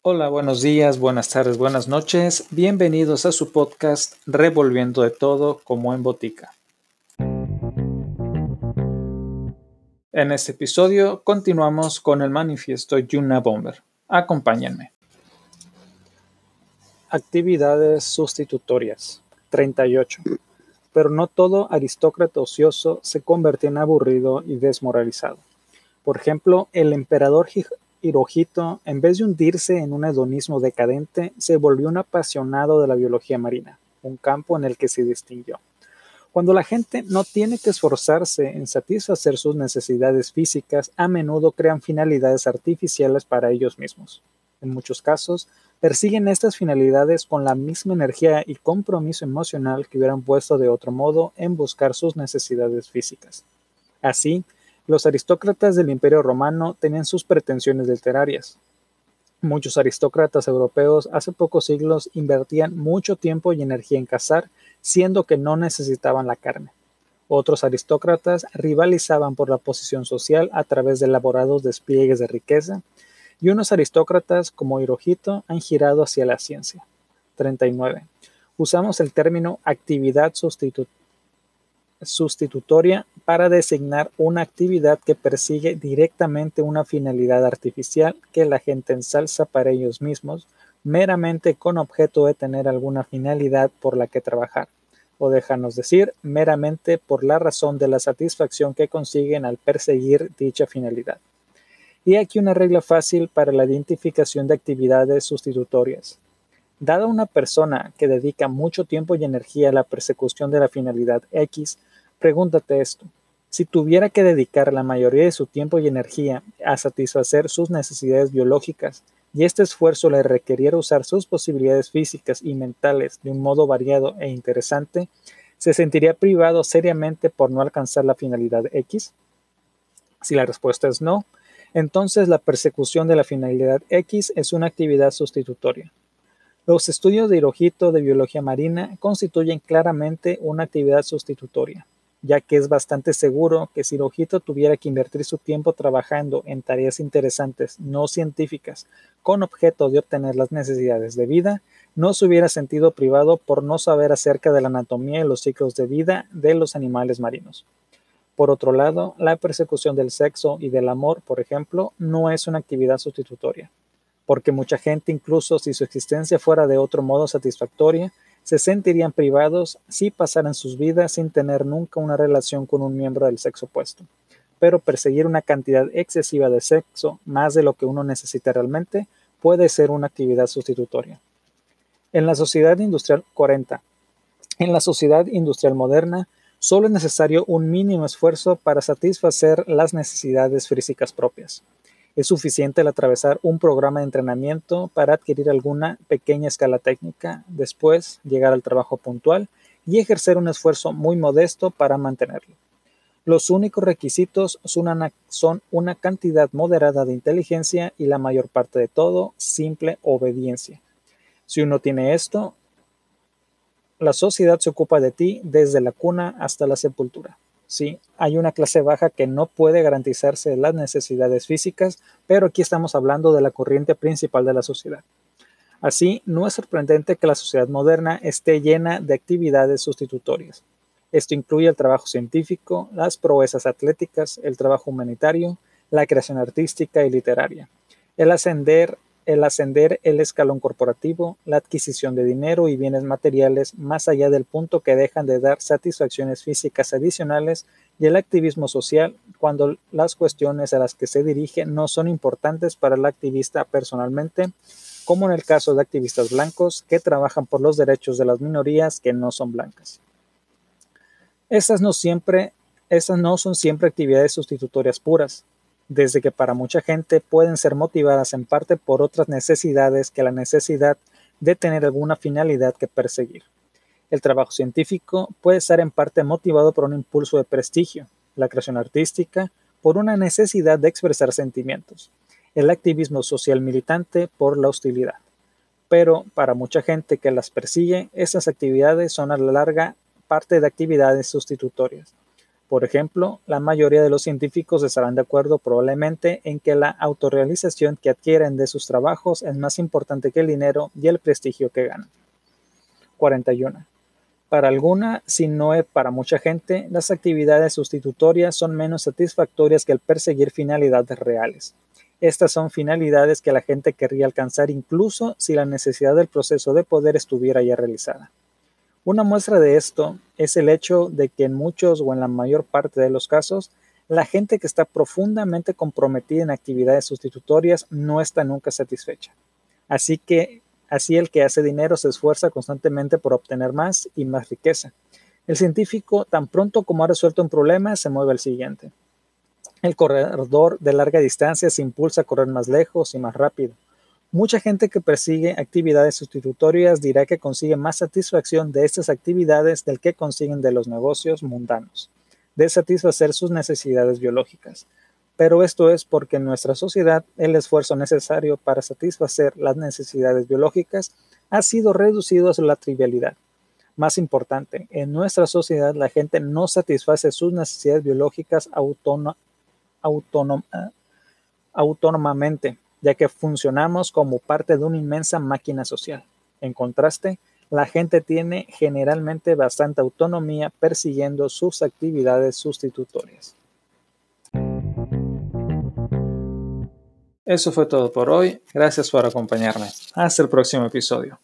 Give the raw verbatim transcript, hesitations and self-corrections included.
Hola, buenos días, buenas tardes, buenas noches. Bienvenidos a su podcast Revolviendo de todo como en botica. En este episodio continuamos con el manifiesto Unabomber. Acompáñenme. Actividades sustitutorias. treinta y ocho. Pero no todo aristócrata ocioso se convertía en aburrido y desmoralizado. Por ejemplo, el emperador Hirohito, en vez de hundirse en un hedonismo decadente, se volvió un apasionado de la biología marina, un campo en el que se distinguió. Cuando la gente no tiene que esforzarse en satisfacer sus necesidades físicas, a menudo crean finalidades artificiales para ellos mismos. En muchos casos, persiguen estas finalidades con la misma energía y compromiso emocional que hubieran puesto de otro modo en buscar sus necesidades físicas. Así, los aristócratas del Imperio Romano tenían sus pretensiones literarias. Muchos aristócratas europeos hace pocos siglos invertían mucho tiempo y energía en cazar, siendo que no necesitaban la carne. Otros aristócratas rivalizaban por la posición social a través de elaborados despliegues de riqueza, y unos aristócratas como Hirohito han girado hacia la ciencia. treinta y nueve. Usamos el término actividad sustitu- sustitutoria para designar una actividad que persigue directamente una finalidad artificial que la gente ensalza para ellos mismos, meramente con objeto de tener alguna finalidad por la que trabajar, o déjanos decir, meramente por la razón de la satisfacción que consiguen al perseguir dicha finalidad. Y aquí una regla fácil para la identificación de actividades sustitutorias. Dada una persona que dedica mucho tiempo y energía a la persecución de la finalidad X, pregúntate esto: si tuviera que dedicar la mayoría de su tiempo y energía a satisfacer sus necesidades biológicas, y este esfuerzo le requiriera usar sus posibilidades físicas y mentales de un modo variado e interesante, ¿se sentiría privado seriamente por no alcanzar la finalidad X? Si la respuesta es no, entonces la persecución de la finalidad X es una actividad sustitutoria. Los estudios de Hirohito de biología marina constituyen claramente una actividad sustitutoria, ya que es bastante seguro que si Hirohito tuviera que invertir su tiempo trabajando en tareas interesantes no científicas con objeto de obtener las necesidades de vida, no se hubiera sentido privado por no saber acerca de la anatomía y los ciclos de vida de los animales marinos. Por otro lado, la persecución del sexo y del amor, por ejemplo, no es una actividad sustitutoria, porque mucha gente, incluso si su existencia fuera de otro modo satisfactoria, se sentirían privados si pasaran sus vidas sin tener nunca una relación con un miembro del sexo opuesto. Pero perseguir una cantidad excesiva de sexo, más de lo que uno necesita realmente, puede ser una actividad sustitutoria. En la sociedad industrial cuarenta, en la sociedad industrial moderna, solo es necesario un mínimo esfuerzo para satisfacer las necesidades físicas propias. Es suficiente el atravesar un programa de entrenamiento para adquirir alguna pequeña escala técnica, después llegar al trabajo puntual y ejercer un esfuerzo muy modesto para mantenerlo. Los únicos requisitos son una, son una cantidad moderada de inteligencia y la mayor parte de todo, simple obediencia. Si uno tiene esto, la sociedad se ocupa de ti desde la cuna hasta la sepultura. Sí, hay una clase baja que no puede garantizarse las necesidades físicas, pero aquí estamos hablando de la corriente principal de la sociedad. Así, no es sorprendente que la sociedad moderna esté llena de actividades sustitutorias. Esto incluye el trabajo científico, las proezas atléticas, el trabajo humanitario, la creación artística y literaria, el ascender el ascender el escalón corporativo, la adquisición de dinero y bienes materiales más allá del punto que dejan de dar satisfacciones físicas adicionales, y el activismo social cuando las cuestiones a las que se dirige no son importantes para el activista personalmente, como en el caso de activistas blancos que trabajan por los derechos de las minorías que no son blancas. Estas no siempre, estas no son siempre actividades sustitutorias puras, desde que para mucha gente pueden ser motivadas en parte por otras necesidades que la necesidad de tener alguna finalidad que perseguir. El trabajo científico puede estar en parte motivado por un impulso de prestigio, la creación artística por una necesidad de expresar sentimientos, el activismo social militante por la hostilidad. Pero para mucha gente que las persigue, esas actividades son a la larga parte de actividades sustitutorias. Por ejemplo, la mayoría de los científicos estarán de acuerdo probablemente en que la autorrealización que adquieren de sus trabajos es más importante que el dinero y el prestigio que ganan. cuarenta y uno. Para alguna, si no es para mucha gente, las actividades sustitutorias son menos satisfactorias que el perseguir finalidades reales. Estas son finalidades que la gente querría alcanzar incluso si la necesidad del proceso de poder estuviera ya realizada. Una muestra de esto es el hecho de que en muchos o en la mayor parte de los casos, la gente que está profundamente comprometida en actividades sustitutorias no está nunca satisfecha. Así que, así el que hace dinero se esfuerza constantemente por obtener más y más riqueza. El científico, tan pronto como ha resuelto un problema, se mueve al siguiente. El corredor de larga distancia se impulsa a correr más lejos y más rápido. Mucha gente que persigue actividades sustitutorias dirá que consigue más satisfacción de estas actividades del que consiguen de los negocios mundanos, de satisfacer sus necesidades biológicas. Pero esto es porque en nuestra sociedad el esfuerzo necesario para satisfacer las necesidades biológicas ha sido reducido a la trivialidad. Más importante, en nuestra sociedad la gente no satisface sus necesidades biológicas autónom- autónom- autónomamente, ya que funcionamos como parte de una inmensa máquina social. En contraste, la gente tiene generalmente bastante autonomía persiguiendo sus actividades sustitutorias. Eso fue todo por hoy. Gracias por acompañarme. Hasta el próximo episodio.